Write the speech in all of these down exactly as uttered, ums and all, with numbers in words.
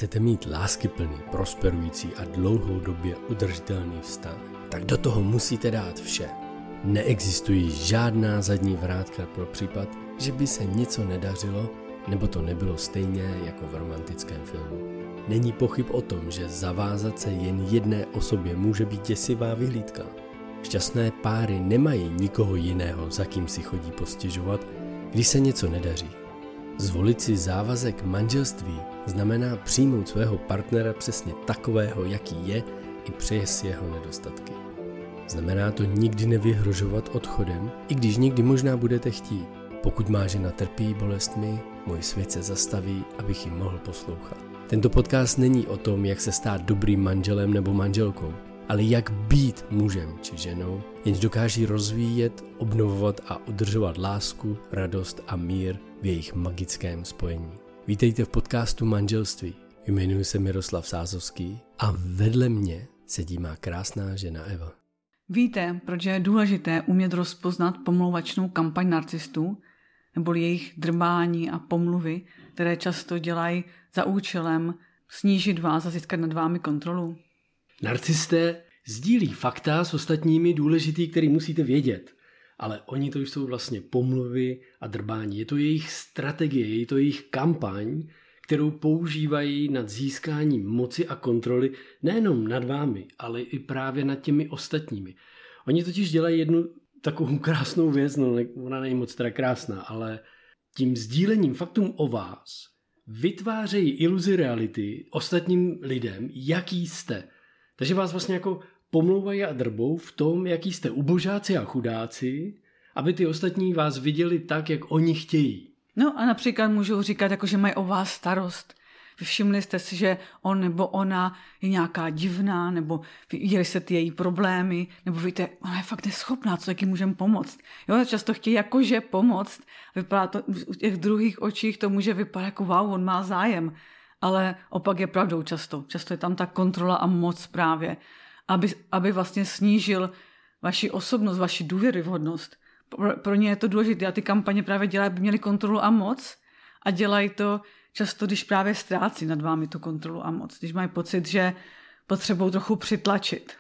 Chcete mít láskyplný, prosperující a dlouhodobě udržitelný vztah, tak do toho musíte dát vše. Neexistují žádná zadní vrátka pro případ, že by se něco nedařilo, nebo to nebylo stejně jako v romantickém filmu. Není pochyb o tom, že zavázat se jen jedné osobě může být děsivá vyhlídka. Šťastné páry nemají nikoho jiného, za kým si chodí postěžovat, když se něco nedaří. Zvolit si závazek manželství znamená přijmout svého partnera přesně takového, jaký je, i přes jeho nedostatky. Znamená to nikdy nevyhrožovat odchodem, i když někdy možná budete chtít. Pokud má žena trpí bolestmi, můj svět se zastaví, abych ji mohl poslouchat. Tento podcast není o tom, jak se stát dobrým manželem nebo manželkou, ale jak být mužem či ženou, jenž dokáží rozvíjet, obnovovat a udržovat lásku, radost a mír v jejich magickém spojení. Vítejte v podcastu Manželství. Jmenuji se Miroslav Sázovský a vedle mě sedí má krásná žena Eva. Víte, proč je důležité umět rozpoznat pomlouvačnou kampaň narcistů, neboli jejich drbání a pomluvy, které často dělají za účelem snížit vás a získat nad vámi kontrolu? Narcisté sdílí fakta s ostatními důležitý, který musíte vědět, ale oni to už jsou vlastně pomluvy a drbání. Je to jejich strategie, je to jejich kampaň, kterou používají nad získáním moci a kontroly nejenom nad vámi, ale i právě nad těmi ostatními. Oni totiž dělají jednu takovou krásnou věc, no ona není moc teda krásná, ale tím sdílením faktům o vás vytvářejí iluzi reality ostatním lidem, jaký jste. Takže vás vlastně jako pomlouvají a drbou v tom, jaký jste ubožáci a chudáci, aby ty ostatní vás viděli tak, jak oni chtějí. No a například můžou říkat, jako, že mají o vás starost. Všimli jste si, že on nebo ona je nějaká divná, nebo viděli jste ty její problémy, nebo víte, ona je fakt neschopná, co taky můžeme pomoct. Jo, často chtějí jakože pomoct. Vypadá to, u těch druhých očích to může vypadat jako wow, on má zájem. Ale opak je pravdou často. Často je tam ta kontrola a moc právě, aby, aby vlastně snížil vaši osobnost, vaši důvěryhodnost. Pro, pro ně je to důležité a ty kampaně právě dělají, aby měli kontrolu a moc a dělají to často, když právě ztrácí nad vámi tu kontrolu a moc, když mají pocit, že potřebují trochu přitlačit.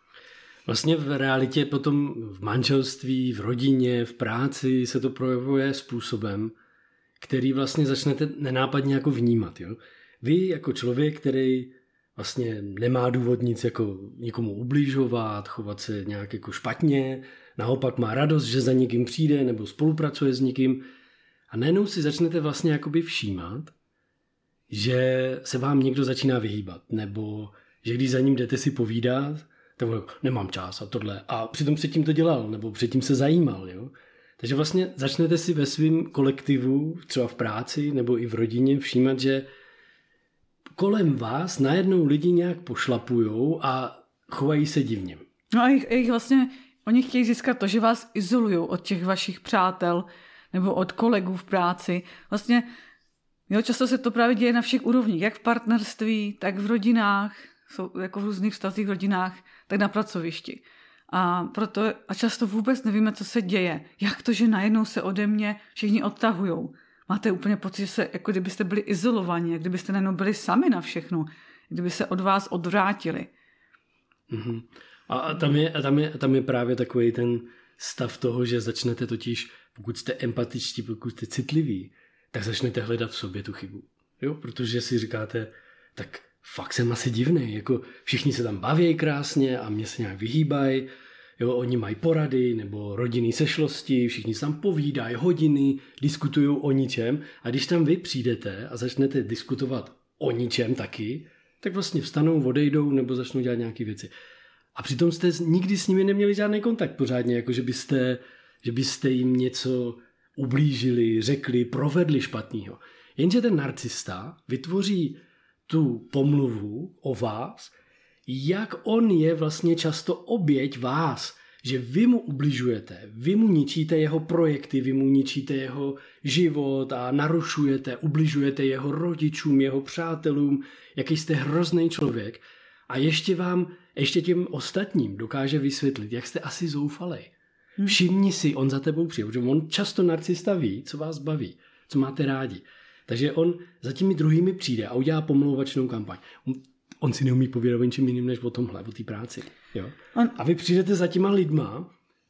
Vlastně v realitě potom v manželství, v rodině, v práci se to projevuje způsobem, který vlastně začnete nenápadně jako vnímat. Jo? Vy jako člověk, který vlastně nemá důvod nic jako nikomu ubližovat, chovat se nějak jako špatně, naopak má radost, že za někým přijde nebo spolupracuje s někým a najednou si začnete vlastně jakoby všímat, že se vám někdo začíná vyhýbat nebo že když za ním jdete si povídat, tak nemám čas a tohle a přitom předtím to dělal nebo předtím se zajímal. Jo? Takže vlastně začnete si ve svém kolektivu, třeba v práci nebo i v rodině všímat, že kolem vás najednou lidi nějak pošlapujou a chovají se divně. No a jich, jich vlastně, oni chtějí získat to, že vás izolují od těch vašich přátel nebo od kolegů v práci. Vlastně jo, často se to právě děje na všech úrovních, jak v partnerství, tak v rodinách, jsou jako v různých vztazích v rodinách, tak na pracovišti. A proto a často vůbec nevíme, co se děje. Jak to, že najednou se ode mě všichni odtahujou. Máte úplně pocit, že se, jako kdybyste byli izolovaní, jak kdybyste najednou byli sami na všechno, kdyby se od vás odvrátili. Mm-hmm. A tam je, a tam je, a tam je právě takový ten stav toho, že začnete totiž, pokud jste empatičtí, pokud jste citliví, tak začnete hledat v sobě tu chybu. Jo? Protože si říkáte, tak fakt jsem asi divný, jako všichni se tam baví krásně a mě se nějak vyhýbají, jo, oni mají porady nebo rodinný sešlosti, všichni se tam povídají hodiny, diskutují o ničem a když tam vy přijdete a začnete diskutovat o ničem taky, tak vlastně vstanou, odejdou nebo začnou dělat nějaké věci. A přitom jste nikdy s nimi neměli žádný kontakt pořádně, jako že byste, že byste jim něco ublížili, řekli, provedli špatného. Jenže ten narcista vytvoří tu pomluvu o vás, jak on je vlastně často oběť vás, že vy mu ubližujete, vy mu ničíte jeho projekty, vy mu ničíte jeho život a narušujete, ubližujete jeho rodičům, jeho přátelům, jaký jste hrozný člověk a ještě vám, ještě těm ostatním dokáže vysvětlit, jak jste asi zoufalej. Všimni si, on za tebou přijde, protože on často narcista ví, co vás baví, co máte rádi. Takže on za těmi druhými přijde a udělá pomlouvačnou kampaň. On, on si neumí povědět o ničem jiným než o tomhle, o té práci. Jo? On... A vy přijdete za těma lidma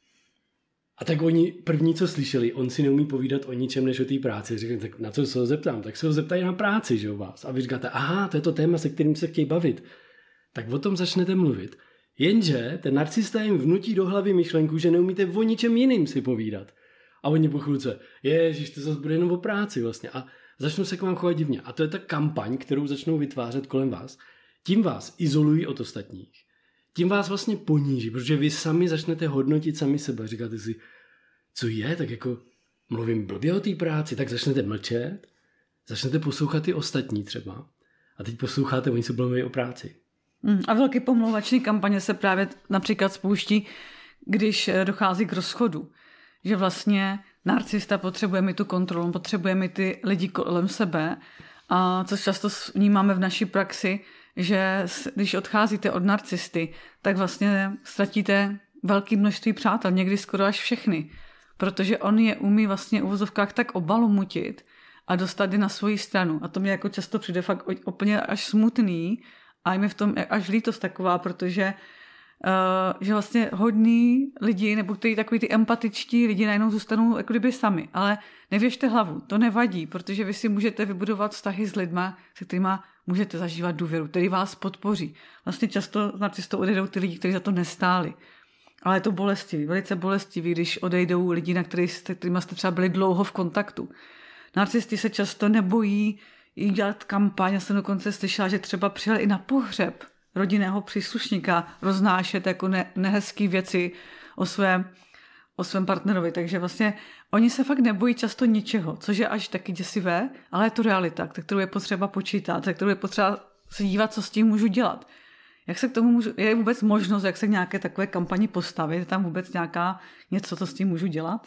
a tak oni první, co slyšeli, on si neumí povídat o ničem než o té práci. Říkají, tak na co se ho zeptám? Tak se ho zeptají na práci, že jo, vás. A vy říkáte, aha, to je to téma, se kterým se chtějí bavit. Tak o tom začnete mluvit. Jenže ten narcista jim vnutí do hlavy myšlenku, že neumíte o ničem jiným si povídat. A oni po chvilce, ježiš, to zase bude jenom o práci vlastně. A začnou se k vám chovat divně. A to je ta kampaň, kterou začnou vytvářet kolem vás. Tím vás izolují od ostatních. Tím vás vlastně poníží, protože vy sami začnete hodnotit sami sebe. Říkáte si, co je, tak jako mluvím blbě o té práci, tak začnete mlčet, začnete poslouchat ty ostatní třeba. A teď posloucháte, oni se mluví o práci. A velké pomlouvační kampaně se právě například spouští, když dochází k rozchodu. Že vlastně narcista potřebuje mít tu kontrolu, potřebuje mít ty lidi kolem sebe. A co často vnímáme v naší praxi, že když odcházíte od narcisty, tak vlastně ztratíte velké množství přátel, někdy skoro až všechny. Protože on je umí vlastně v uvozovkách tak obalumutit a dostat je na svoji stranu. A to mě jako často přijde fakt úplně až smutný a je mi v tom až lítost taková, protože Uh, že vlastně hodní lidi, nebo kteří takový ty empatičtí lidi najednou zůstanou jako kdyby sami. Ale nevěžte hlavu, to nevadí, protože vy si můžete vybudovat vztahy s lidma, se kterými můžete zažívat důvěru, který vás podpoří. Vlastně často s narcistou odejdou ty lidi, kteří za to nestáli. Ale je to bolestivý, velice bolestivý, když odejdou lidi, na který, s kterými jste třeba byli dlouho v kontaktu. Narcisti se často nebojí dělat kampaň. Já jsem dokonce slyšela, že třeba přijel i na pohřeb rodinného příslušníka roznášet jako ne, nehezký věci o svém, o svém partnerovi. Takže vlastně oni se fakt nebojí často ničeho, což je až taky děsivé, ale je to realita, kterou je potřeba počítat, kterou je potřeba se dívat, co s tím můžu dělat. Jak se k tomu můžu, je vůbec možnost, jak se k nějaké takové kampani postavit? Je tam vůbec nějaká něco, co s tím můžu dělat?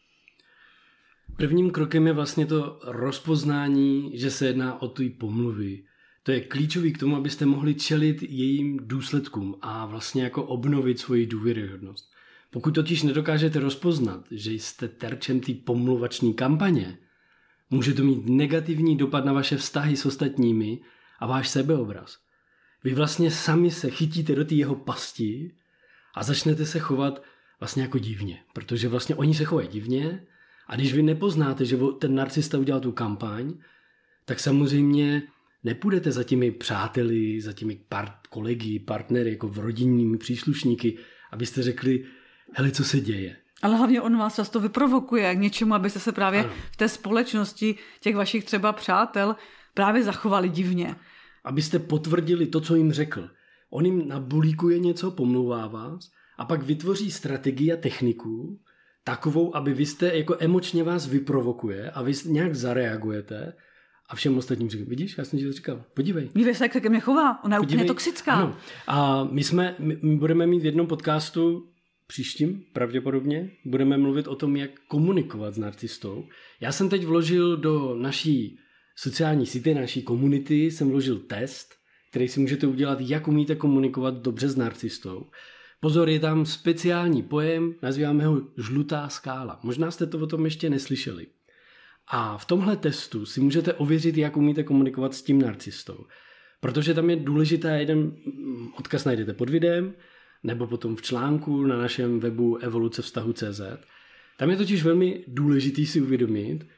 Prvním krokem je vlastně to rozpoznání, že se jedná o ty pomluvy. To je klíčový k tomu, abyste mohli čelit jejím důsledkům a vlastně jako obnovit svoji důvěryhodnost. Pokud totiž nedokážete rozpoznat, že jste terčem té pomluvačné kampaně, může to mít negativní dopad na vaše vztahy s ostatními a váš sebeobraz. Vy vlastně sami se chytíte do té jeho pasti a začnete se chovat vlastně jako divně, protože vlastně oni se chovají divně a když vy nepoznáte, že ten narcista udělal tu kampaň, tak samozřejmě nepůjdete za těmi přáteli, za těmi part, kolegy, partnery, jako v rodinními příslušníky, abyste řekli, hele, co se děje. Ale hlavně on vás často vyprovokuje k něčemu, abyste se právě ano. v té společnosti těch vašich třeba přátel právě zachovali divně. Abyste potvrdili to, co jim řekl. On jim nabulíkuje něco, pomlouvá vás a pak vytvoří strategii a techniku takovou, aby vy jste, jako emočně vás vyprovokuje a vy nějak zareagujete a všem ostatním říkám, vidíš, já jsem ti to říkal, podívej. Dívej se, jak se ke mně chová, ona je podívej. Úplně toxická. Ano. A my jsme, my, my budeme mít v jednom podcastu příštím, pravděpodobně, budeme mluvit o tom, jak komunikovat s narcistou. Já jsem teď vložil do naší sociální sítě, naší komunity, jsem vložil test, který si můžete udělat, jak umíte komunikovat dobře s narcistou. Pozor, je tam speciální pojem, nazýváme ho žlutá skála. Možná jste to o tom ještě neslyšeli. A v tomhle testu si můžete ověřit, jak umíte komunikovat s tím narcistou. Protože tam je důležitá, jeden odkaz najdete pod videem, nebo potom v článku na našem webu evoluce vztahu tečka cé zet. Tam je totiž velmi důležitý si uvědomit,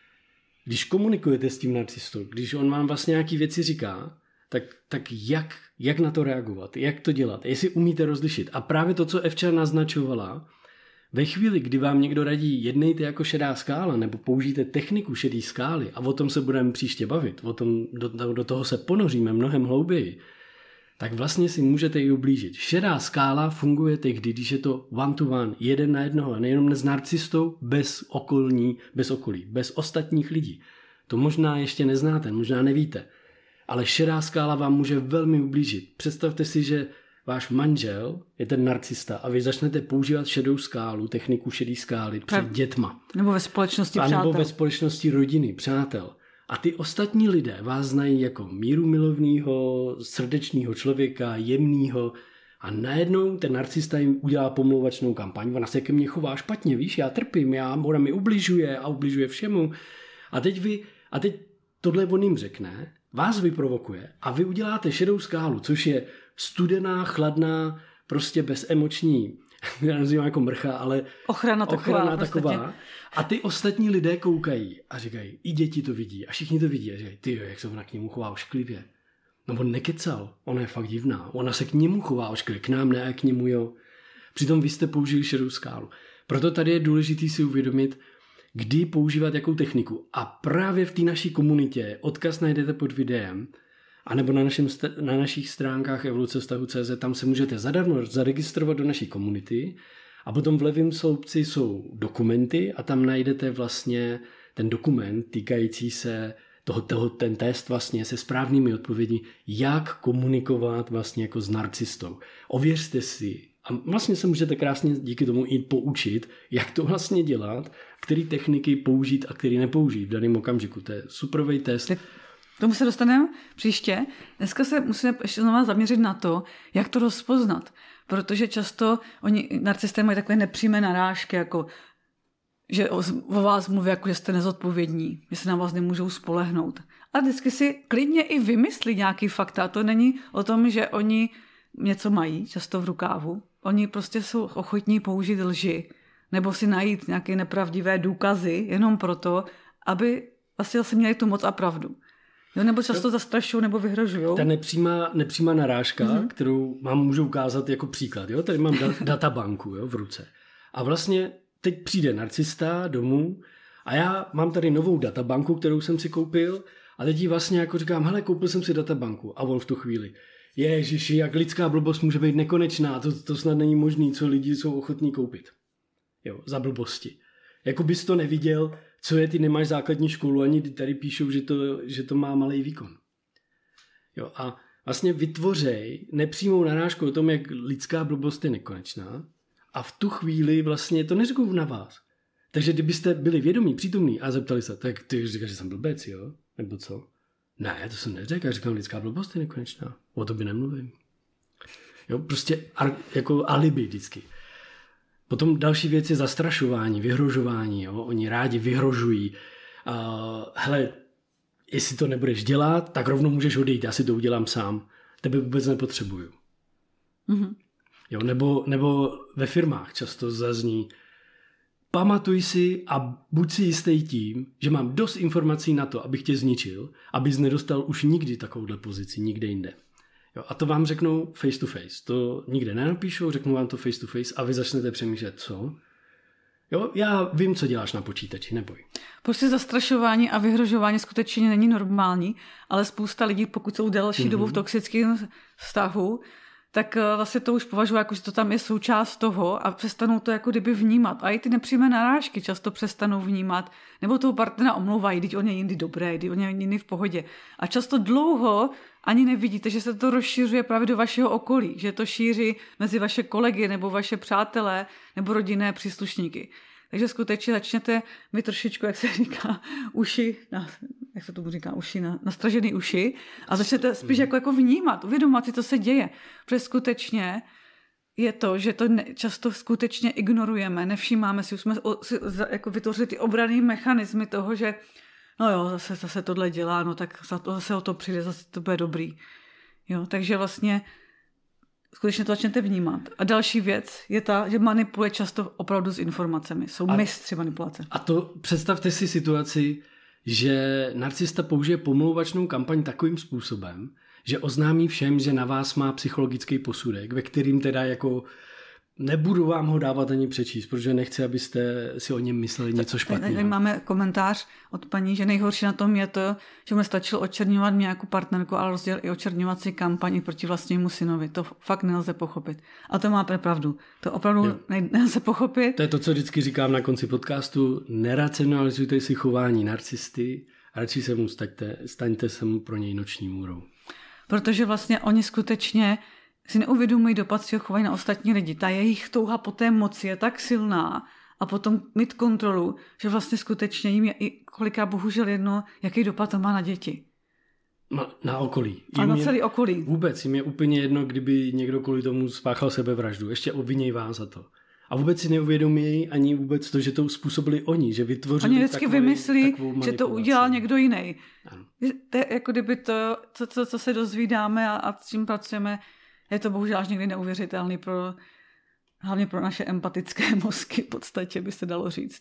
když komunikujete s tím narcistou, když on vám vlastně nějaké věci říká, tak, tak jak, jak na to reagovat, jak to dělat, jestli umíte rozlišit. A právě to, co Evča naznačovala, ve chvíli, kdy vám někdo radí jednejte jako šedá skála nebo použijte techniku šedé skály a o tom se budeme příště bavit, o tom, do, do toho se ponoříme mnohem hlouběji, tak vlastně si můžete i ublížit. Šedá skála funguje tehdy, když je to one to one, jeden na jednoho a nejenom s narcistou, bez okolní, bez okolí, bez ostatních lidí. To možná ještě neznáte, možná nevíte, ale šedá skála vám může velmi ublížit. Představte si, že váš manžel je ten narcista a vy začnete používat šedou skálu, techniku šedé skály před dětma. Nebo ve společnosti a přátel. Nebo ve společnosti rodiny, přátel. A ty ostatní lidé vás znají jako mírumilovného, srdečného člověka, jemného. A najednou ten narcista jim udělá pomlouvačnou kampaň. Ona se ke mně chová špatně, víš, já trpím, já, ona mi ubližuje a ubližuje všemu. A teď vy, a teď tohle on jim řekne, vás vyprovokuje a vy uděláte šedou skálu, což je studená, chladná, prostě bezemoční, já nazývám jako mrcha, ale ochrana taková. Ochrana taková. A ty ostatní lidé koukají a říkají, i děti to vidí a všichni to vidí a říkají, ty jak se ona k němu chová ošklivě. No on nekecal, ona je fakt divná, ona se k němu chová ošklivě, k nám ne a k němu jo. Přitom vy jste použili šedou skálu. Proto tady je důležité si uvědomit, kdy používat jakou techniku. A právě v té naší komunitě, odkaz najdete pod videem, anebo na, našem, na našich stránkách evoluce vztahu tečka cé zet, tam se můžete zadarmo zaregistrovat do naší komunity a potom v levém sloupci jsou dokumenty a tam najdete vlastně ten dokument týkající se toho, toho ten test vlastně se správnými odpovědi, jak komunikovat vlastně jako s narcistou. Ověřte si a vlastně se můžete krásně díky tomu i poučit, jak to vlastně dělat, který techniky použít a který nepoužít v daném okamžiku. To je superový test. Tak tomu se dostaneme příště. Dneska se musíme ještě znovu zaměřit na to, jak to rozpoznat. Protože často oni, narcisté mají takové nepřímé narážky, jako že o, o vás mluví, jako že jste nezodpovědní, že se na vás nemůžou spolehnout. A vždycky si klidně i vymyslí nějaký fakta. To není o tom, že oni něco mají, často v rukávu. Oni prostě jsou ochotní použít lži nebo si najít nějaké nepravdivé důkazy jenom proto, aby vlastně zase měli tu moc a pravdu. Jo, nebo často zastrašují nebo vyhrožují. Ta nepřímá, nepřímá narážka, mm-hmm. kterou mám můžu ukázat jako příklad. Jo? Tady mám databanku jo, v ruce. A vlastně teď přijde narcista domů a já mám tady novou databanku, kterou jsem si koupil a teď jí vlastně jako říkám, hele, koupil jsem si databanku. A on v tu chvíli, ježiši, jak lidská blbost může být nekonečná, to, to snad není možný, co lidi jsou ochotní koupit. Jo, za blbosti. Jako bys to neviděl, co je, ty nemáš základní školu, ani tady píšou, že to, že to má malý výkon. Jo, a vlastně vytvořej nepřímou narážku o tom, jak lidská blbost je nekonečná a v tu chvíli vlastně to neřeknou na vás. Takže kdybyste byli vědomí, přítomní a zeptali se, tak ty říkáš, že jsem blbec, jo? Nebo co? Ne, to jsem neřekl, já říkám, lidská blbost je nekonečná. O to by nemluvím. Jo, prostě jako alibi vždycky. Potom další věc je zastrašování, vyhrožování. Jo? Oni rádi vyhrožují. Uh, hele, jestli to nebudeš dělat, tak rovnou můžeš odejít, já si to udělám sám. Tebe vůbec nepotřebuju. Mm-hmm. Jo, nebo, nebo ve firmách často zazní, pamatuj si a buď si jistý tím, že mám dost informací na to, abych tě zničil, abys nedostal už nikdy takovouhle pozici, nikde jinde. Jo, a to vám řeknou face to face. To nikde nenapíšou, řeknou vám to face to face a vy začnete přemýšlet, co? Jo, já vím, co děláš na počítači, neboj. Prostě zastrašování a vyhrožování skutečně není normální, ale spousta lidí, pokud jsou delší mm-hmm. dobu v toxickém vztahu, tak vlastně to už považuji jako, že to tam je součást toho a přestanou to jako kdyby vnímat. A i ty nepřímé narážky často přestanou vnímat, nebo toho partnera omlouvají, když on je jindy dobré, když on je jindy v pohodě. A často dlouho ani nevidíte, že se to rozšiřuje právě do vašeho okolí, že to šíří mezi vaše kolegy nebo vaše přátelé nebo rodinné příslušníky. Takže skutečně začněte mít trošičku, jak se říká, uši, na, jak se tomu říká, uši, na, nastražený uši a začnete spíš jako, jako vnímat, uvědomovat si, co se děje. Protože skutečně je to, že to ne, často skutečně ignorujeme, nevšímáme si, už jsme si, jako vytvořili ty obranné mechanismy toho, že no jo, zase, zase tohle dělá, no tak zase o to přijde, zase to bude dobrý. Jo, takže vlastně skutečně to začnete vnímat. A další věc je ta, že manipuluje často opravdu s informacemi. Jsou a, mistři manipulace. A to představte si situaci, že narcista použije pomlouvačnou kampaň takovým způsobem, že oznámí všem, že na vás má psychologický posudek, ve kterým teda jako nebudu vám ho dávat ani přečíst, protože nechci, abyste si o něm mysleli něco špatného. Tady máme komentář od paní, že nejhorší na tom je to, že mu stačilo očerňovat mě jako partnerku, ale rozděl i očerňovací kampaň proti vlastnímu synovi. To fakt nelze pochopit. A to máte pravdu. To opravdu nelze pochopit. To je to, co vždycky říkám na konci podcastu. Neracionalizujte si chování narcisty, radši se mu staňte, staňte se mu pro něj noční můrou. Protože vlastně oni skutečně si neuvědomují dopad svého chování na ostatní lidi. Ta jejich touha po té moci je tak silná a potom mít kontrolu, že vlastně skutečně jim je i koliká bohužel jedno, jaký dopad to má na děti. Na, na okolí. Jim a na celý okolí. Vůbec jim je úplně jedno, kdyby někdo kvůli tomu spáchal sebevraždu. Ještě obviněj vás za to. A vůbec si neuvědomí ani vůbec to, že to způsobili oni, že vytvořili oni vždycky takový, vymyslí, že to udělal někdo jiný. Ano. To je jako kdyby to, co, co, co se dozvídáme a, a s čím pracujeme, je to bohužel až někdy neuvěřitelný pro, hlavně pro naše empatické mozky v podstatě, by se dalo říct.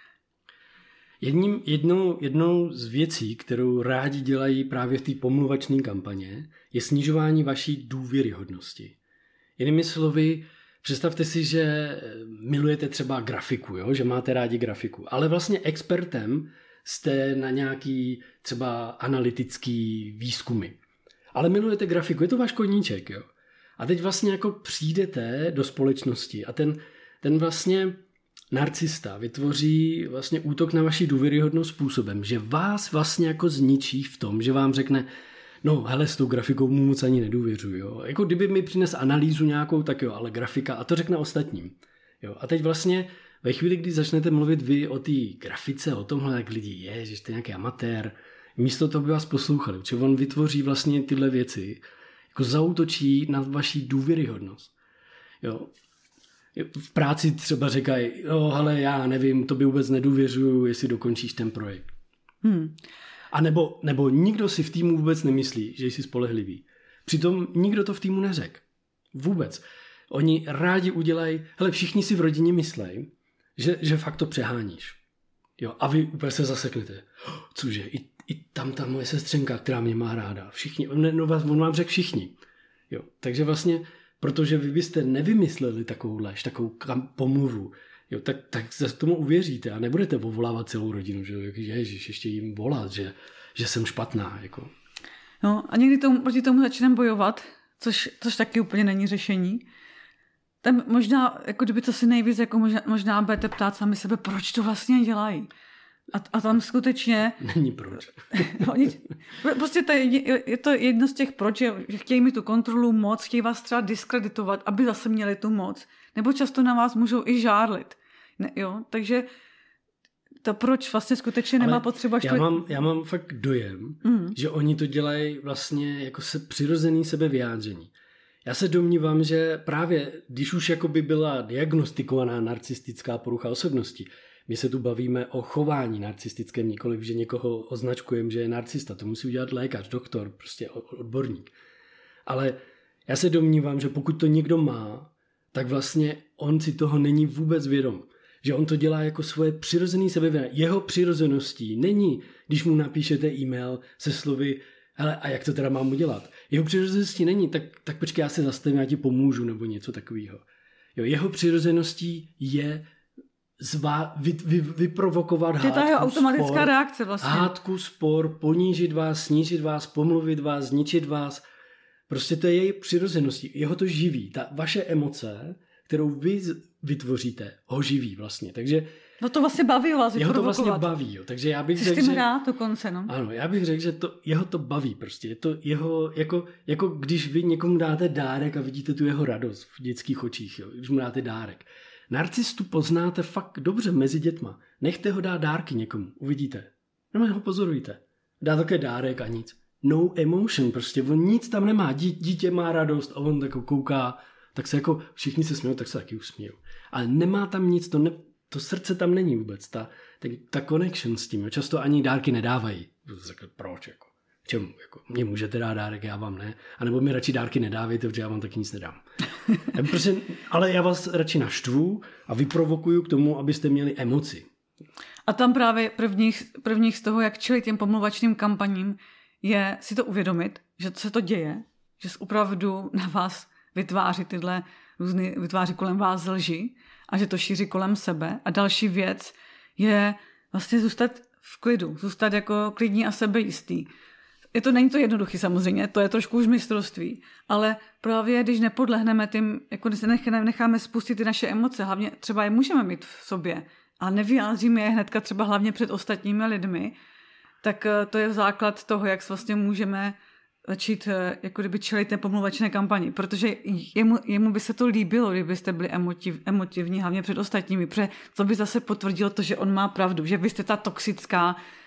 Jedním, jednou, jednou z věcí, kterou rádi dělají právě v té pomluvačné kampaně, je snižování vaší důvěryhodnosti. Jinými slovy, představte si, že milujete třeba grafiku, jo? Že máte rádi grafiku, ale vlastně expertem jste na nějaký třeba analytický výzkumy. Ale milujete grafiku, je to váš koníček, jo? A teď vlastně jako přijdete do společnosti a ten, ten vlastně narcista vytvoří vlastně útok na vaši důvěryhodnost způsobem, že vás vlastně jako zničí v tom, že vám řekne, no hele, s tou grafikou mu moc ani nedůvěřuji, jo. Jako kdyby mi přines analýzu nějakou, tak jo, ale grafika, a to řekne ostatním. Jo. A teď vlastně ve chvíli, kdy začnete mluvit vy o té grafice, o tomhle, jak lidi je, že jste nějaký amatér, místo toho by vás poslouchali, protože on vytvoří vlastně tyhle věci, jako zaútočí na vaši důvěryhodnost. Jo. V práci třeba říkají, jo, hele, já nevím, to by vůbec nedůvěřuju, jestli dokončíš ten projekt. Hmm. A nebo, nebo nikdo si v týmu vůbec nemyslí, že jsi spolehlivý. Přitom nikdo to v týmu neřekl. Vůbec. Oni rádi udělají, hele, všichni si v rodině myslejí, že, že fakt to přeháníš. Jo, a vy úplně se zaseknete. Cože, i, i tam ta moje sestřenka, která mě má ráda. Všichni, on, no, on vám řekl všichni. Jo, takže vlastně, protože vy byste nevymysleli takovou lež, takovou pomluvu, jo, tak, tak se tomu uvěříte a nebudete volávat celou rodinu, že ježiš, ještě jim volat, že, že jsem špatná. Jako. No a někdy tomu, proti tomu začneme bojovat, což, což taky úplně není řešení. Tam možná, jako kdyby to si nejvíc, jako možná, možná budete ptát sami sebe, proč to vlastně dělají. A, a tam skutečně... Není proč. Oni, prostě to je, je to jedno z těch proč, že chtějí mít tu kontrolu, moc, chtějí vás třeba diskreditovat, aby zase měli tu moc. Nebo často na vás můžou i žárlit. Ne, jo? Takže to proč vlastně skutečně nemá Ale potřeba... Já, mám, já mám fakt dojem, mm. že oni to dělají vlastně jako se přirozený sebevyjádření. Já se domnívám, že právě když už jakoby byla diagnostikovaná narcistická porucha osobnosti, my se tu bavíme o chování narcistickém, nikoliv, že někoho označkujeme, že je narcista. To musí udělat lékař, doktor, prostě odborník. Ale já se domnívám, že pokud to někdo má, tak vlastně on si toho není vůbec vědom. Že on to dělá jako svoje přirozené sebevyjádření. Jeho přirozeností není, když mu napíšete e-mail se slovy hele, a jak to teda mám udělat? Jeho přirozeností není, tak, tak počkej, já se zastavím, já ti pomůžu, nebo něco takového. Jo, jeho přirozeností je zvá, vy, vy, vyprovokovat hádku, je to jeho automatická spor, reakce vlastně. Hádku, spor, ponížit vás, snížit vás, pomluvit vás, zničit vás. Prostě to je její přirozeností. Jeho to živí. Ta vaše emoce, kterou vy vytvoříte, ho živí vlastně. Takže no to vlastně baví vás jeho to vlastně baví. Jo. Takže já bych Jsi řekl, že... že... rád dokonce, no. Ano, já bych řekl, že to, jeho to baví prostě. Je to jeho, jako, jako když vy někomu dáte dárek a vidíte tu jeho radost v dětských očích, jo, když mu dáte dárek. Narcistu poznáte fakt dobře mezi dětma. Nechte ho dát dárky někomu, uvidíte. No ho pozorujte. Dá také dárek a nic. No emotion, prostě on nic tam nemá. Dí, dítě má radost a on tak kouká, tak se jako všichni se smějou, tak se taky usmějou. Ale nemá tam nic, to, ne, to srdce tam není vůbec, ta, ta, ta connection s tím. Často ani dárky nedávají. Řekl, proč? Jako, čemu? Jako, mě můžete dát dárek, já vám ne. A nebo mi radši dárky nedávejte, protože já vám taky nic nedám. Já prostě, ale já vás radši naštvu a vyprovokuju k tomu, abyste měli emoci. A tam právě prvních, prvních z toho, jak čelit těm pomluvačným kampaním, je si to uvědomit, že se to děje, že opravdu na vás vytváří tyhle různý, vytváří kolem vás lži a že to šíří kolem sebe. A další věc je vlastně zůstat v klidu, zůstat jako klidní a sebejistý. Je to, není to jednoduchý samozřejmě, to je trošku už mistrovství, ale právě když nepodlehneme tím, jako necháme spustit ty naše emoce, hlavně třeba je můžeme mít v sobě a nevyjádříme je hnedka třeba hlavně před ostatními lidmi, tak to je základ toho, jak vlastně můžeme začít jako kdyby čelit té pomluvačné kampani, protože jemu, jemu by se to líbilo, kdybyste byli emotiv, emotivní, hlavně před ostatními, protože to by zase potvrdilo to, že on má pravdu, že vy jste ta toxická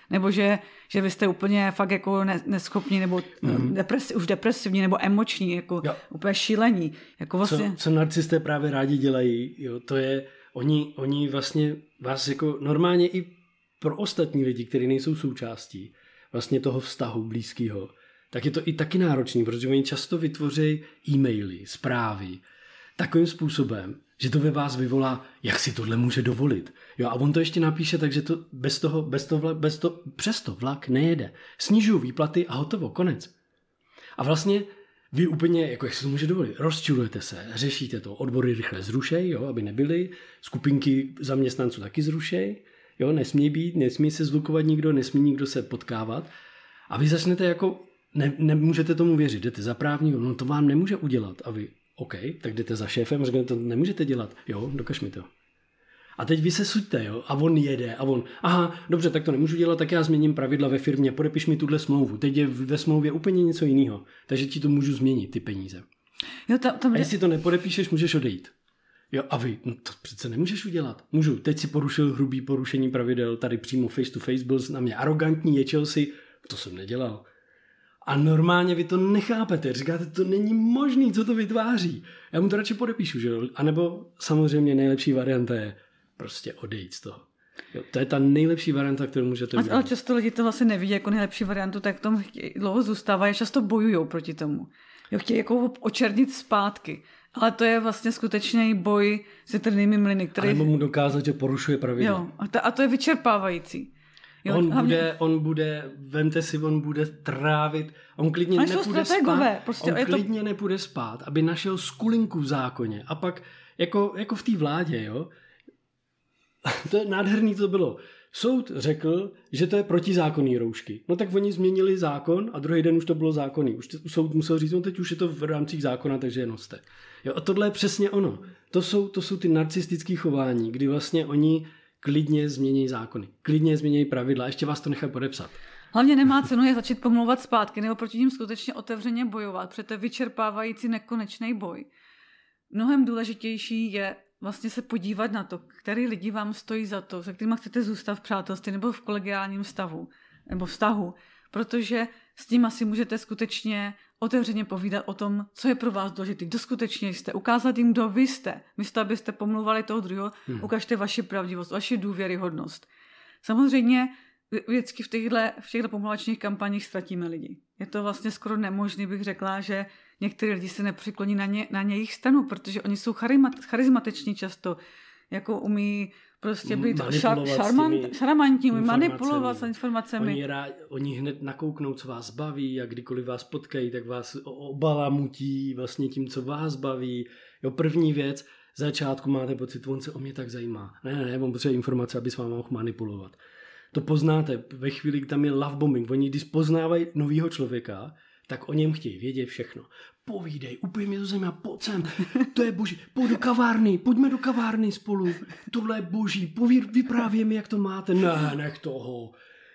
Nebo že, že vy jste úplně fakt jako neschopní, nebo mm. depresi, už depresivní, nebo emoční, jako jo. úplně šílení. Jako vlastně... co, co narcisté právě rádi dělají, jo, to je, oni, oni vlastně vás jako normálně i pro ostatní lidi, kteří nejsou součástí vlastně toho vztahu blízkého, tak je to i taky náročný, protože oni často vytvoří e-maily, zprávy takovým způsobem, že to ve vás vyvolá, jak si tohle může dovolit. Jo, a on to ještě napíše, takže to bez toho, bez toho, bez toho, přesto vlak nejede. Snižují výplaty a hotovo, konec. A vlastně vy úplně, jako jak si to může dovolit, rozčilujete se, řešíte to, odbory rychle zrušej, jo, aby nebyly, skupinky zaměstnanců taky zrušej, jo, nesmí být, nesmí se zlukovat nikdo, nesmí nikdo se potkávat. A vy začnete jako, ne, nemůžete tomu věřit, jdete za právního, no to vám nemůže udělat. A vy, OK, tak jdete za šéfem a řeknete, to nemůžete dělat. Jo, dokaž mi to. A teď vy se suďte, jo, a on jede a on, aha, dobře, tak to nemůžu dělat, tak já změním pravidla ve firmě, podepiš mi tuhle smlouvu. Teď je ve smlouvě úplně něco jiného, takže ti to můžu změnit, ty peníze. Jo, tam, tam... A jestli to nepodepíšeš, můžeš odejít. Jo, a vy, no to přece nemůžeš udělat. Můžu, teď si porušil hrubý porušení pravidel, tady přímo face to face, byl na mě arrogantní, ječel si, to jsem nedělal. A normálně vy to nechápete, říkáte, to není možný, co to vytváří. Já mu to radši podepíšu, že jo? A nebo samozřejmě nejlepší varianta je prostě odejít z toho. Jo, to je ta nejlepší varianta, kterou můžete udělat. Ale často lidi to vlastně nevidí jako nejlepší variantu, tak v tom dlouho zůstávají, často bojují proti tomu. Jo, chtějí jako očernit zpátky. Ale to je vlastně skutečný boj s větrnými mlyny, který... A nebo mu dokázat, že porušuje pravidla. Jo, a to, a to je vyčerpávající. Jo, on, hlavně... bude, on bude, vemte si, on bude trávit, on klidně ale nepůjde spát, prostě on klidně to... nepůjde spát, aby našel skulinku v zákoně. A pak, jako, jako v té vládě, jo, to je nádherný, to bylo. Soud řekl, že to je protizákonný roušky. No tak oni změnili zákon a druhý den už to bylo zákonný. Už to, soud musel říct, no teď už je to v rámci zákona, takže je noste. Jo, a tohle je přesně ono. To jsou, to jsou ty narcistické chování, kdy vlastně oni klidně změní zákony, klidně změní pravidla a ještě vás to nechají podepsat. Hlavně nemá cenu je začít pomlouvat zpátky nebo proti ním skutečně otevřeně bojovat, protože to je vyčerpávající nekonečný boj. Mnohem důležitější je vlastně se podívat na to, který lidi vám stojí za to, se kterými chcete zůstat v přátelství nebo v kolegiálním stavu, nebo vztahu, protože s tím asi můžete skutečně otevřeně povídat o tom, co je pro vás důležité, kdo skutečně jste, ukázat jim, kdo vy jste. Místo, abyste pomlouvali toho druhého, hmm. ukažte vaši pravdivost, vaši důvěryhodnost. Samozřejmě vždycky v těchto, v těchto pomlouvačních kampaních ztratíme lidi. Je to vlastně skoro nemožné, bych řekla, že některý lidi se nepřikloní na, ně, na jejich stranu, protože oni jsou charizmatiční často, jako umí prostě být šar, šarmant, šarmantní, umí manipulovat s informacemi. Oni, rád, oni hned nakouknou, co vás baví a kdykoliv vás potkají, tak vás obalamutí vlastně tím, co vás baví. Jo, první věc, z začátku máte pocit, on se o mě tak zajímá. Ne, ne, ne, on potřebuje informace, aby s váma mohl manipulovat. To poznáte ve chvíli, kdy tam je love bombing. Oni, když poznávají novýho člověka, tak o něm chtějí vědět všechno. Povídej, úplně mě to zajímá, pojď sem, to je boží, pojď do kavárny, pojďme do kavárny spolu, tohle je boží, povír, vyprávěj mi, jak to máte. Ne, nech toho.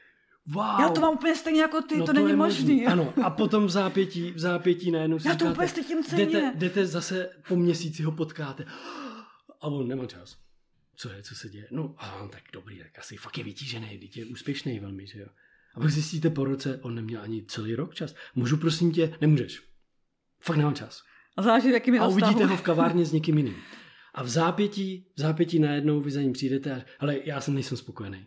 Wow. Já to mám úplně stejně jako ty, no to, to není možný. možný. Ano, a potom v zápětí, v zápětí najednou si Já říkáte, to úplně stejně ceně. Jdete, jdete zase po měsíci ho potkáte a on nemá čas. Co je, co se děje? No, a tak dobrý, tak asi fakt je vytížený, teď je úspěšný velmi, že jo. A pak zjistíte po roce, on neměl ani celý rok čas. Můžu prosím tě? Nemůžeš. Fakt nemám čas. A záleží, jakým je a uvidíte ho v kavárně s někým jiným. A v zápětí, v zápětí najednou vy za ním přijdete a ale já jsem nejsem spokojený.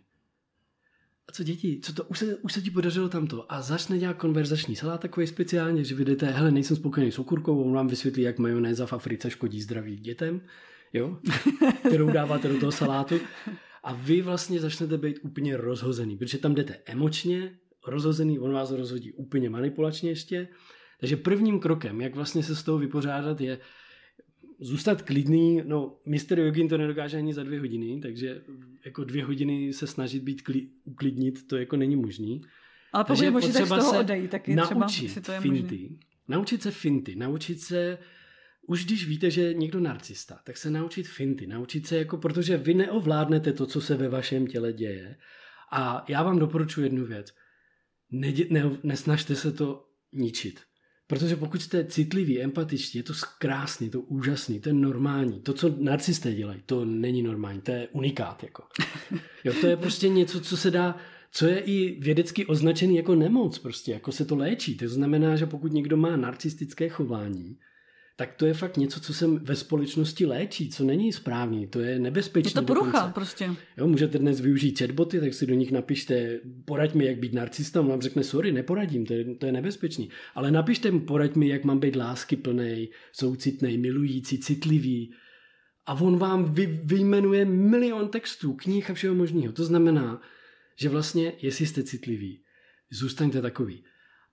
A co děti? Co to? Už se, už se ti podařilo tamto. A začne dělat konverzační salát takový speciálně, že vy jdete, hele, nejsem spokojený s okurkou, on vám vysvětlí, jak majonéza v Africe škodí zdraví dětem, jo? Kterou dáváte do toho salátu. A vy vlastně začnete být úplně rozhozený, protože tam jdete emočně rozhozený, on vás rozhodí úplně manipulačně ještě. Takže prvním krokem, jak vlastně se z toho vypořádat, je zůstat klidný. No, mister Jogin to nedokáže ani za dvě hodiny, takže jako dvě hodiny se snažit být kli, uklidnit, to jako není možný. Ale pokud je potřeba z toho odejít, taky třeba, si to je finty. Možný. Naučit se finty, naučit se, už když víte, že je někdo narcista, tak se naučit finty, naučit se jako, protože vy neovládnete to, co se ve vašem těle děje. A já vám doporučuji jednu věc. Nedě, ne, nesnažte se to ničit. Protože pokud jste citliví, empatičtí, je to krásný, to úžasný, to je normální. To, co narcisté dělají, to není normální, to je unikát. Jako. Jo, to je prostě něco, co se dá, co je i vědecky označený jako nemoc, prostě, jako se to léčí. To znamená, že pokud někdo má narcistické chování, tak to je fakt něco, co se ve společnosti léčí, co není správný, to je nebezpečné. Je to porucha prostě. Jo, můžete dnes využít chatboty, tak si do nich napište, poraď mi, jak být narcista, on vám řekne, sorry, neporadím, to je, to je nebezpečný. Ale napište mu, poraď mi, jak mám být láskyplnej, soucitnej, milující, citlivý. A on vám vy, vyjmenuje milion textů, knih a všeho možného. To znamená, že vlastně, jestli jste citliví, zůstaňte takový.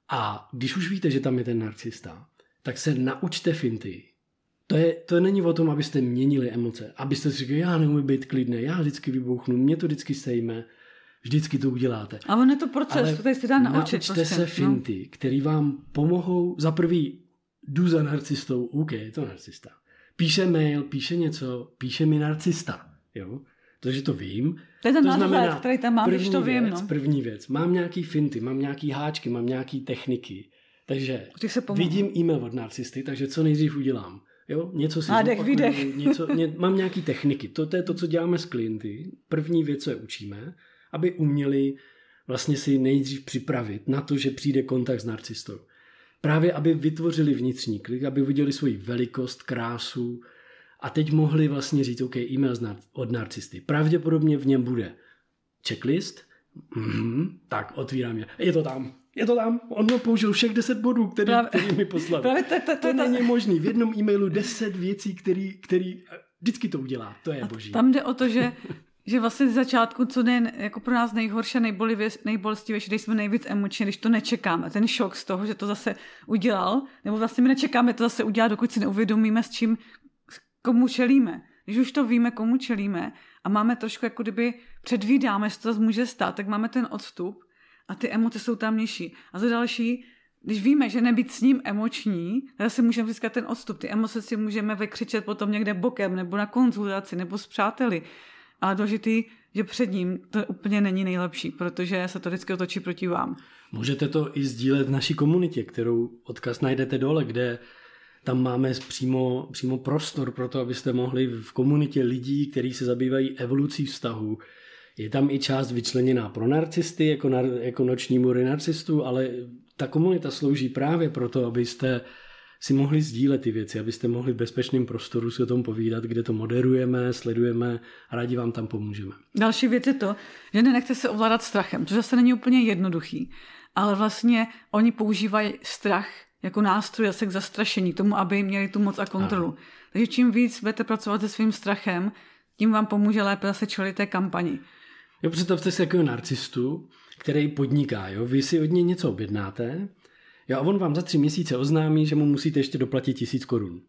A když už víte, že tam je ten narcista, tak se naučte finty. To, je, to není o tom, abyste měnili emoce. Abyste si řekli, já neumím být klidný, já vždycky vybouchnu, mě to vždycky sejme, vždycky to uděláte. A on je to proces, to tady se dá naučit. Naučte prostě, se finty, no. Který vám pomohou, za prvý, jdu za narcistou, OK, je to narcista. Píše mail, píše něco, píše mi narcista, jo. Takže to vím. To je ten to nadhled, znamená, který tam mám, když to vím. Věc, no. První věc, mám nějaký finty, mám nějaký háčky, mám nějaký techniky. Takže vidím e-mail od narcisty, takže co nejdřív udělám. Jo? Něco si zopakuju, něco, ně, mám nějaký techniky. To, to je to, co děláme s klienty. První věc, co je učíme, aby uměli vlastně si nejdřív připravit na to, že přijde kontakt s narcistou. Právě, aby vytvořili vnitřní klik, aby viděli svoji velikost, krásu a teď mohli vlastně říct, OK, e-mail od narcisty. Pravděpodobně v něm bude checklist, mm-hmm, tak otvírám je. Je to tam. Je to tam, on použil všech deset bodů, který, právě, který mi poslal. Právě to, to, to, to není možný. V jednom e-mailu deset věcí, který, který vždycky to udělá. To je boží. Tam jde o to, že, že vlastně z začátku, co je jako pro nás nejhorší, nejbolestivější, když jsme nejvíc emoční, když to nečekáme. Ten šok z toho, že to zase udělal, nebo vlastně my nečekáme to zase udělat, dokud si neuvědomíme, s čím, komu čelíme. Když už to víme, komu čelíme a máme trošku, jako kdyby předvídáme, že to zase může stát, tak máme ten odstup. A ty emoce jsou tam nižší. A za další, když víme, že nebýt s ním emoční, tak si můžeme získat ten odstup. Ty emoce si můžeme vykřičet potom někde bokem, nebo na konzultaci, nebo s přáteli. Ale důležitý, že před ním to úplně není nejlepší, protože se to vždycky otočí proti vám. Můžete to i sdílet v naší komunitě, kterou odkaz najdete dole, kde tam máme přímo, přímo prostor pro to, abyste mohli v komunitě lidí, kteří se zabývají evolucí vztahu. Je tam i část vyčleněná pro narcisty, jako, nar, jako noční můry narcistů, ale ta komunita slouží právě proto, abyste si mohli sdílet ty věci, abyste mohli v bezpečném prostoru si o tom povídat, kde to moderujeme, sledujeme a rádi vám tam pomůžeme. Další věc je to, že nenechte se ovládat strachem, což zase není úplně jednoduchý, ale vlastně oni používají strach jako nástroj zase k zastrašení, tomu, aby měli tu moc a kontrolu. Aha. Takže čím víc budete pracovat se svým strachem, tím vám pomůže lépe zase čelit té kampani. Jo, představte si takového narcistu, který podniká. Jo? Vy si od něj něco objednáte jo, a on vám za tři měsíce oznámí, že mu musíte ještě doplatit tisíc korun.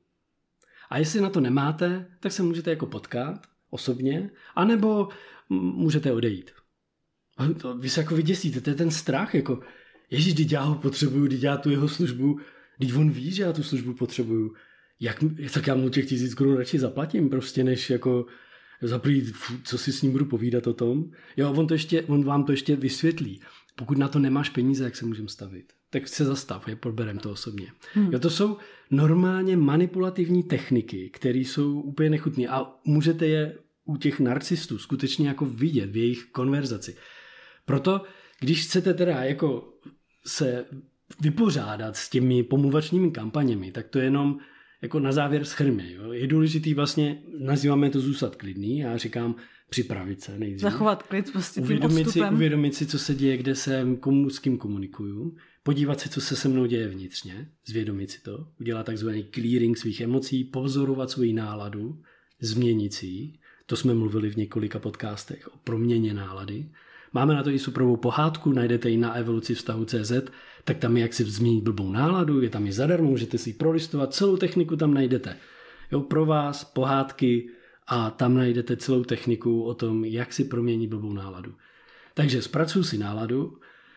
A jestli na to nemáte, tak se můžete jako potkat osobně, anebo můžete odejít. A to, vy se jako vyděsíte, to je ten strach, jako ježiš, teď já ho potřebuju, teď já tu jeho službu, teď on ví, že já tu službu potřebuju. Jak, tak já mu těch tisíc korun radši zaplatím, prostě než jako zaprý, co si s ním budu povídat o tom. Jo, on, to ještě, on vám to ještě vysvětlí. Pokud na to nemáš peníze, jak se můžeme stavit, tak se zastav, je, proberem to osobně. Hmm. Jo, to jsou normálně manipulativní techniky, které jsou úplně nechutné a můžete je u těch narcistů skutečně jako vidět v jejich konverzaci. Proto, když chcete teda jako se vypořádat s těmi pomluvačními kampaněmi, tak to je jenom jako na závěr shrně. Jo. Je důležitý vlastně, nazýváme to zůstat klidný, já říkám připravit se nejdřív. Zachovat klid prostě tím uvědomit odstupem. Si, uvědomit si, co se děje, kde jsem, komu, s kým komunikuju, podívat se, co se se mnou děje vnitřně, zvědomit si to, udělat takzvaný clearing svých emocí, pozorovat svoji náladu, změnit si ji. To jsme mluvili v několika podcastech o proměně nálady. Máme na to i superovou pohádku, najdete ji na evoluci vztahu tečka cé zet, tak tam je, jak si změnit blbou náladu, je tam i zadarmo, můžete si ji prolistovat, celou techniku tam najdete. Jo, pro vás pohádky a tam najdete celou techniku o tom, jak si proměnit blbou náladu. Takže zpracuju si náladu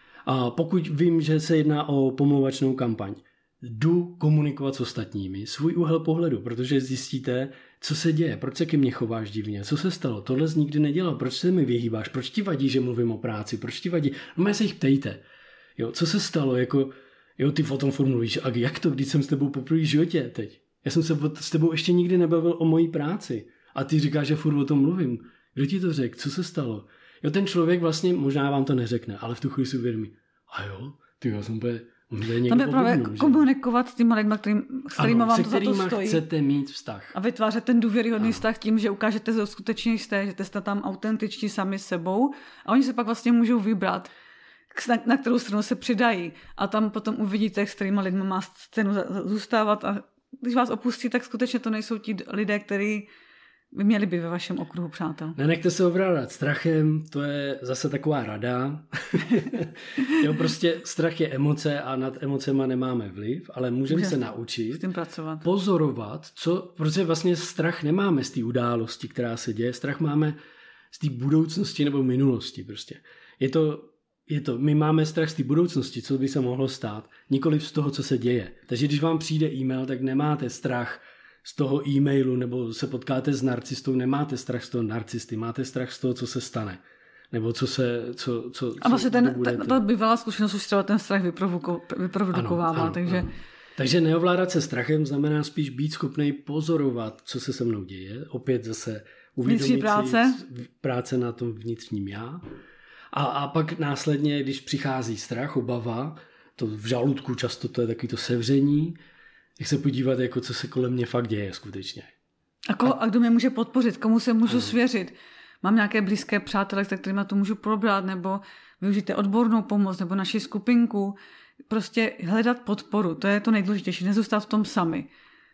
a pokud vím, že se jedná o pomlouvačnou kampaň, jdu komunikovat s ostatními, svůj úhel pohledu, protože zjistíte, co se děje, proč se ke mně chováš divně, co se stalo, tohle jsi nikdy nedělal, proč se mi vyhýbáš, proč ti vadí, že mluvím o práci, proč ti vadí, no mě se jich ptejte, jo, co se stalo, jako, jo, ty o tom formuluješ, a jak to, když jsem s tebou poprvé v životě teď, já jsem se s tebou ještě nikdy nebavil o mojí práci a ty říkáš, že furt o tom mluvím, kdo ti to řekl, co se stalo, Jo, ten člověk vlastně možná vám to neřekne, ale v tu chvíli si uvědomí, a jo, ty já jsem úplně, tam je právě komunikovat s těma lidma, kterým, s kterými ano, vám to za to stojí. Chcete mít vztah. A vytvářet ten důvěryhodný ano. vztah tím, že ukážete, že skutečně jste, že jste tam autentičtí sami sebou a oni se pak vlastně můžou vybrat, na, na kterou stranu se přidají. A tam potom uvidíte, s kterýma lidma má cenu zůstávat a když vás opustí, tak skutečně to nejsou ti lidé, kteří by měli být ve vašem okruhu přátel. Nenechte se ovládat strachem, to je zase taková rada. Jo, prostě strach je emoce a nad emocema nemáme vliv, ale můžeme Můžeme se naučit s tím pracovat. Pozorovat, co, protože vlastně strach nemáme z té události, která se děje, strach máme z té budoucnosti nebo minulosti prostě. Je to, je to, my máme strach z té budoucnosti, co by se mohlo stát, nikoliv z toho, co se děje. Takže když vám přijde e-mail, tak nemáte strach z toho e-mailu, nebo se potkáte s narcistou, nemáte strach z toho narcisty, máte strach z toho, co se stane. Nebo co se, co, co, a vlastně ten, ta, ta bývalá zkušenost už třeba ten strach vyprodukovává. Ano, takže... ano. takže neovládat se strachem znamená spíš být schopný pozorovat, co se se mnou děje. Opět zase uvědomit práce. si práce na tom vnitřním já. A, a pak následně, když přichází strach, obava, to v žaludku často to je takový to sevření, jak se podívat, jako co se kolem mě fakt děje skutečně. A, koho, a kdo mě může podpořit, komu se můžu ano. svěřit. Mám nějaké blízké přátele, se kterými to můžu probrat, nebo využijte odbornou pomoc, nebo naši skupinku. Prostě hledat podporu, to je to nejdůležitější, nezůstat v tom sami.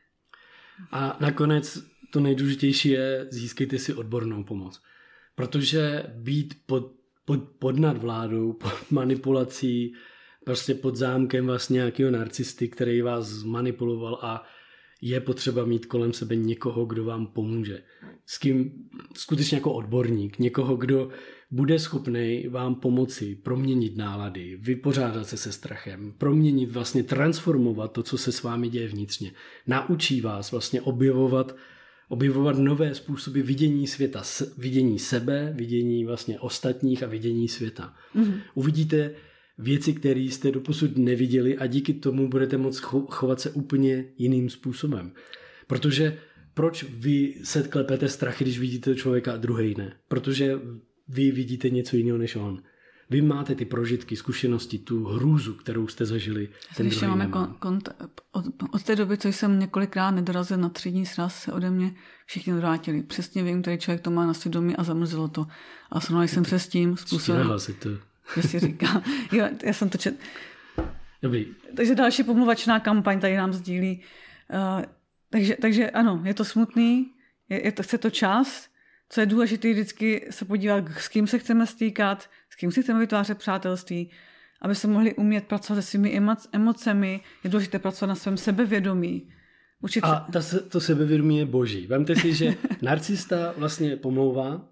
A nakonec to nejdůležitější je získejte si odbornou pomoc. Protože být pod, pod, pod nadvládou, pod manipulací, prostě pod zámkem vlastně nějakého narcisty, který vás zmanipuloval a je potřeba mít kolem sebe někoho, kdo vám pomůže. S kým skutečně jako odborník, někoho, kdo bude schopný vám pomoci proměnit nálady, vypořádat se se strachem, proměnit, vlastně transformovat to, co se s vámi děje vnitřně. Naučí vás vlastně objevovat, objevovat nové způsoby vidění světa, vidění sebe, vidění vlastně ostatních a vidění světa. Mm-hmm. Uvidíte věci, které jste doposud neviděli a díky tomu budete moct chovat se úplně jiným způsobem. Protože proč vy se klepete strachy, když vidíte člověka a druhej ne? Protože vy vidíte něco jiného než on. Vy máte ty prožitky, zkušenosti, tu hrůzu, kterou jste zažili. Ten Když máme kon, kont, od, od té doby, co jsem několikrát nedorazil na třídní sraz, se ode mě všichni odvrátili. Přesně vím, který člověk to má na svědomí a zamrzelo to. A srovnali jsem se s tím způsobem. Že si říká, jo, já jsem to čet. Dobrý. Takže další pomluvačná kampaň tady nám sdílí. Uh, takže, takže ano, je to smutný, je, je to, chce to čas. Co je důležité, vždycky se podívat, s kým se chceme stýkat, s kým si chceme vytvářet přátelství, aby se mohli umět pracovat se svými emocemi. Je důležité pracovat na svém sebevědomí. Učit a ta, to sebevědomí je boží. Vemte si, že narcista vlastně pomlouvá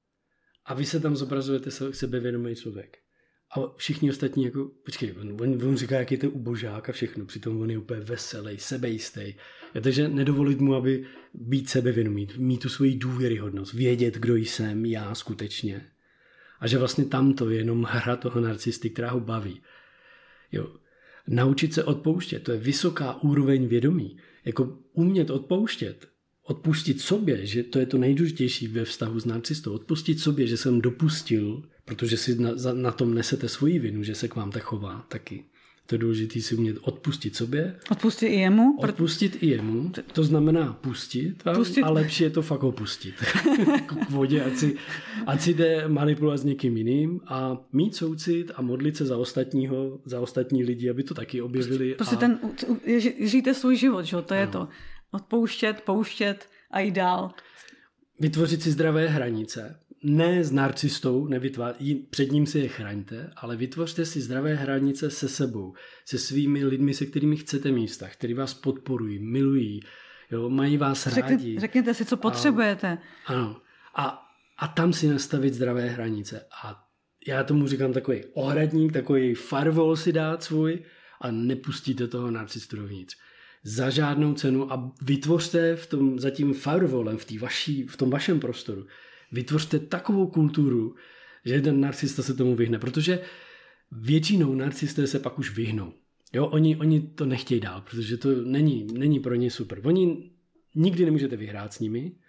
a vy se tam zobrazujete sebevědomý člověk. A všichni ostatní jako, počkej, on, on, on říká, jak je to ubožák a všechno, přitom on je úplně veselý, sebejistý. Takže nedovolit mu, aby být sebevědomý, mít tu svoji důvěryhodnost, vědět, kdo jsem já skutečně. A že vlastně tamto je jenom hra toho narcisty, která ho baví. Jo. Naučit se odpouštět, to je vysoká úroveň vědomí. Jako umět odpouštět, odpustit sobě, že to je to nejdůležitější ve vztahu s narcistou, odpustit sobě, že jsem dopustil, protože si na, na tom nesete svoji vinu, že se k vám tak chová taky. To je důležité si umět odpustit sobě. Odpustit i jemu. Odpustit i jemu. To znamená pustit, pustit. A lepší je to fakt opustit. K vodě, ať si, ať si jde manipulovat s někým jiným a mít soucit a modlit se za ostatního, za ostatní lidi, aby to taky objevili. Prostě a... ten, žijte svůj život, že? To je ano. To. Odpouštět, pouštět a jít dál. Vytvořit si zdravé hranice. Ne s narcistou, nevytvá... před ním si je chraňte, ale vytvořte si zdravé hranice se sebou, se svými lidmi, se kterými chcete mít vztah, který vás podporují, milují, jo, mají vás Řekne, rádi. Řekněte si, co potřebujete. A, ano. A, a tam si nastavit zdravé hranice. A já tomu říkám takový ohradník, takový firewall si dát svůj a nepustíte toho narcistu dovnitř. Za žádnou cenu a vytvořte v tom, za tím firewallem, v, vaší, v tom vašem prostoru, vytvořte takovou kulturu, že ten narcista se tomu vyhne, protože většinou narcisté se pak už vyhnou. Jo, oni, oni to nechtějí dál, protože to není, není pro ně super. Oni nikdy nemůžete vyhrát s nimi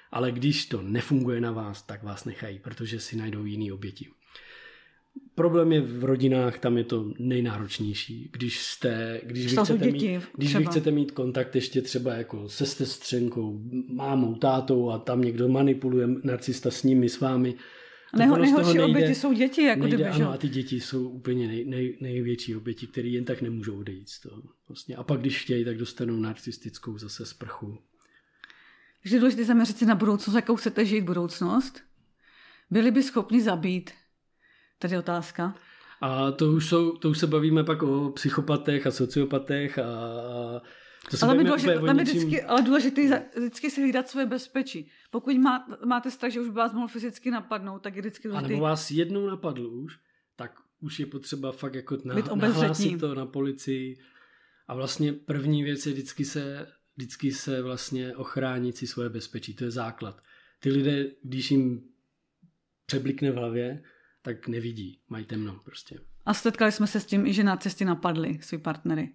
ale když to nefunguje na vás, tak vás nechají, protože si najdou jiný oběti. Problém je v rodinách, tam je to nejnáročnější. Když jste, když vy chcete, děti, mít, když vy chcete mít kontakt ještě třeba jako se sestřenkou, mámou, tátou a tam někdo manipuluje, narcista s nimi, s vámi. Neho, nejhorší oběti jsou děti. Jako nejde, kdyby, ano, a ty děti jsou úplně nej, nej, největší oběti, které jen tak nemůžou odejít z toho. Vlastně. A pak když chtějí, tak dostanou narcistickou zase sprchu. Takže je důležité zaměřit si na budoucnost, jakou chcete žít budoucnost. Byli by schopni zabít? Tady je otázka. A to už, jsou, to už se bavíme pak o psychopatech a sociopatech a to se ale důležité, tam je vždycky, ale důležité vždycky si hlídat své bezpečí. Pokud má, máte strach, že už by vás mohl fyzicky napadnout, tak je vždycky důležité. A nebo vás jednou napadl už, tak už je potřeba fakt jako nah, nahlásit to na policii. A vlastně první věc je vždycky se, vždycky se vlastně ochránit si svoje bezpečí. To je základ. Ty lidé, když jim přeblikne v hlavě, tak nevidí, mají temno prostě. A setkali jsme se s tím, že narcisti napadli svý partnery.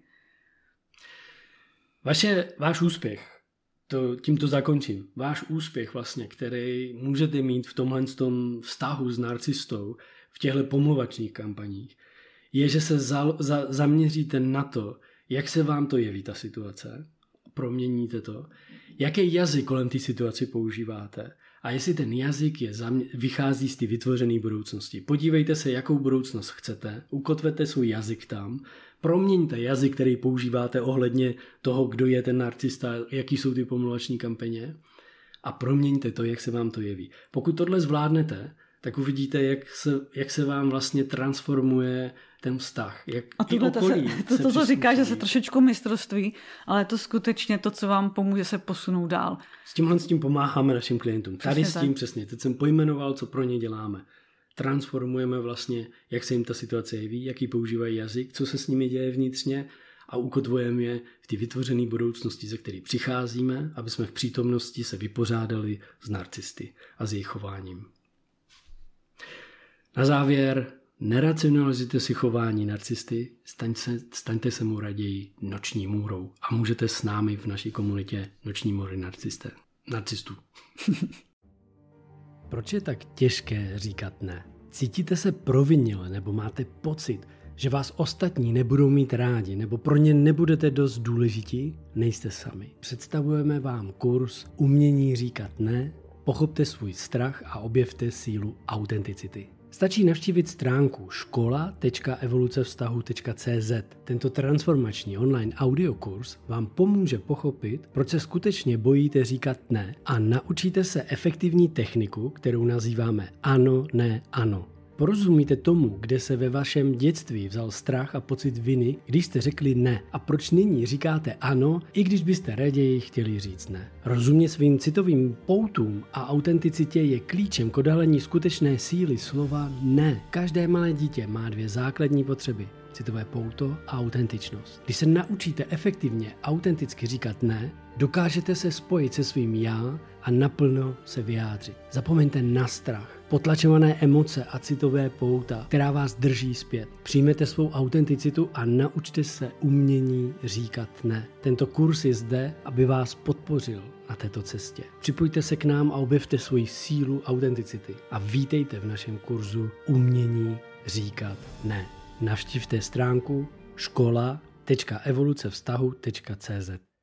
Vaše, váš úspěch, to, tím to zakončím, váš úspěch vlastně, který můžete mít v tomhle tom vztahu s narcistou, v těchto pomluvačních kampaních, je, že se za, za, zaměříte na to, jak se vám to jeví ta situace, proměníte to, jaký jazyk kolem té situace používáte a jestli ten jazyk je zamě- vychází z té vytvořené budoucnosti. Podívejte se, jakou budoucnost chcete, ukotvete svůj jazyk tam, proměňte jazyk, který používáte ohledně toho, kdo je ten narcista, jaký jsou ty pomluvační kampaně a proměňte to, jak se vám to jeví. Pokud tohle zvládnete, tak uvidíte, jak se, jak se vám vlastně transformuje ten vztah. Jak a tohle to, se, to, to, to říká, že se trošičku mistrovství, ale je to skutečně to, co vám pomůže se posunout dál. S tímhle s tím pomáháme našim klientům. Tady přesně s tím tak. Přesně. Teď jsem pojmenoval, co pro ně děláme. Transformujeme vlastně, jak se jim ta situace jeví, jaký používají jazyk, co se s nimi děje vnitřně a ukotvujeme je v té vytvořené budoucnosti, ze které přicházíme, aby jsme v přítomnosti se vypořádali s narcisty a s jejich chováním. Na závěr, neracionalizujte si chování narcisty, staň se, staňte se mu raději noční můrou a můžete s námi v naší komunitě Noční můry narcisté, narcistů. Proč je tak těžké říkat ne? Cítíte se provinile nebo máte pocit, že vás ostatní nebudou mít rádi nebo pro ně nebudete dost důležití? Nejste sami. Představujeme vám kurz Umění říkat ne, pochopte svůj strach a objevte sílu autenticity. Stačí navštívit stránku škola tečka evoluce vztahu tečka cé zet. Tento transformační online audiokurs vám pomůže pochopit, proč se skutečně bojíte říkat ne a naučíte se efektivní techniku, kterou nazýváme ano, ne, ano. Porozumíte tomu, kde se ve vašem dětství vzal strach a pocit viny, když jste řekli ne a proč nyní říkáte ano, i když byste raději chtěli říct ne. Rozumět svým citovým poutům a autenticitě je klíčem k odhalení skutečné síly slova ne. Každé malé dítě má dvě základní potřeby. Citové pouto a autentičnost. Když se naučíte efektivně autenticky říkat ne, dokážete se spojit se svým já a naplno se vyjádřit. Zapomeňte na strach, potlačované emoce a citové pouta, která vás drží zpět. Přijměte svou autenticitu a naučte se umění říkat ne. Tento kurz je zde, aby vás podpořil na této cestě. Připojte se k nám a objevte svoji sílu autenticity a vítejte v našem kurzu Umění říkat ne. Navštivte stránku škola tečka evoluce vztahu tečka cé zet.